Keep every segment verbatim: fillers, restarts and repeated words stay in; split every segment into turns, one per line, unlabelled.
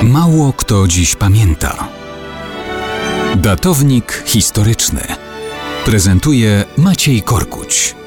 Mało kto dziś pamięta. Datownik historyczny prezentuje Maciej Korkuć.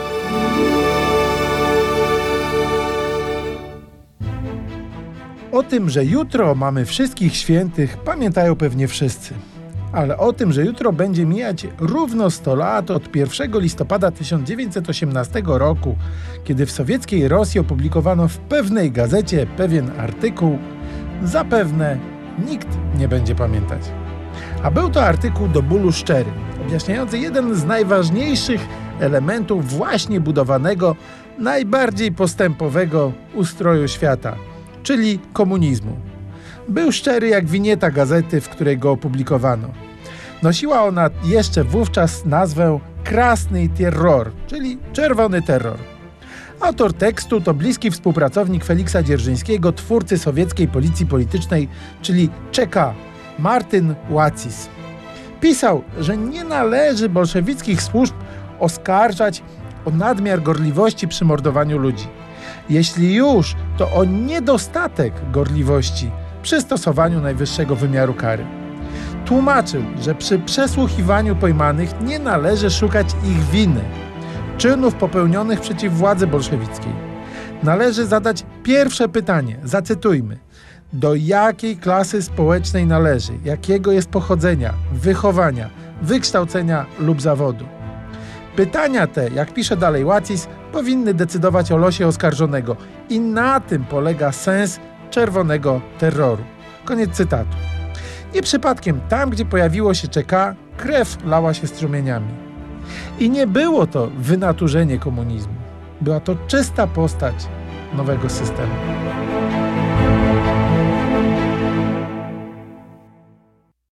O tym, że jutro mamy wszystkich świętych, pamiętają pewnie wszyscy. Ale o tym, że jutro będzie mijać równo sto lat od pierwszego listopada tysiąc dziewięćset osiemnastego roku, kiedy w sowieckiej Rosji opublikowano w pewnej gazecie pewien artykuł, zapewne nikt nie będzie pamiętać. A był to artykuł do bólu szczery, objaśniający jeden z najważniejszych elementów właśnie budowanego, najbardziej postępowego ustroju świata, czyli komunizmu. Był szczery jak winieta gazety, w której go opublikowano. Nosiła ona jeszcze wówczas nazwę Krasny Terror, czyli czerwony terror. Autor tekstu to bliski współpracownik Feliksa Dzierżyńskiego, twórcy sowieckiej policji politycznej, czyli C K, Martyn Łacis. Pisał, że nie należy bolszewickich służb oskarżać o nadmiar gorliwości przy mordowaniu ludzi. Jeśli już, to o niedostatek gorliwości przy stosowaniu najwyższego wymiaru kary. Tłumaczył, że przy przesłuchiwaniu pojmanych nie należy szukać ich winy, czynów popełnionych przeciw władzy bolszewickiej. Należy zadać pierwsze pytanie, zacytujmy: do jakiej klasy społecznej należy, jakiego jest pochodzenia, wychowania, wykształcenia lub zawodu. Pytania te, jak pisze dalej Łacis, powinny decydować o losie oskarżonego i na tym polega sens czerwonego terroru. Koniec cytatu. Nie przypadkiem tam, gdzie pojawiło się C K, krew lała się strumieniami. I nie było to wynaturzenie komunizmu. Była to czysta postać nowego systemu.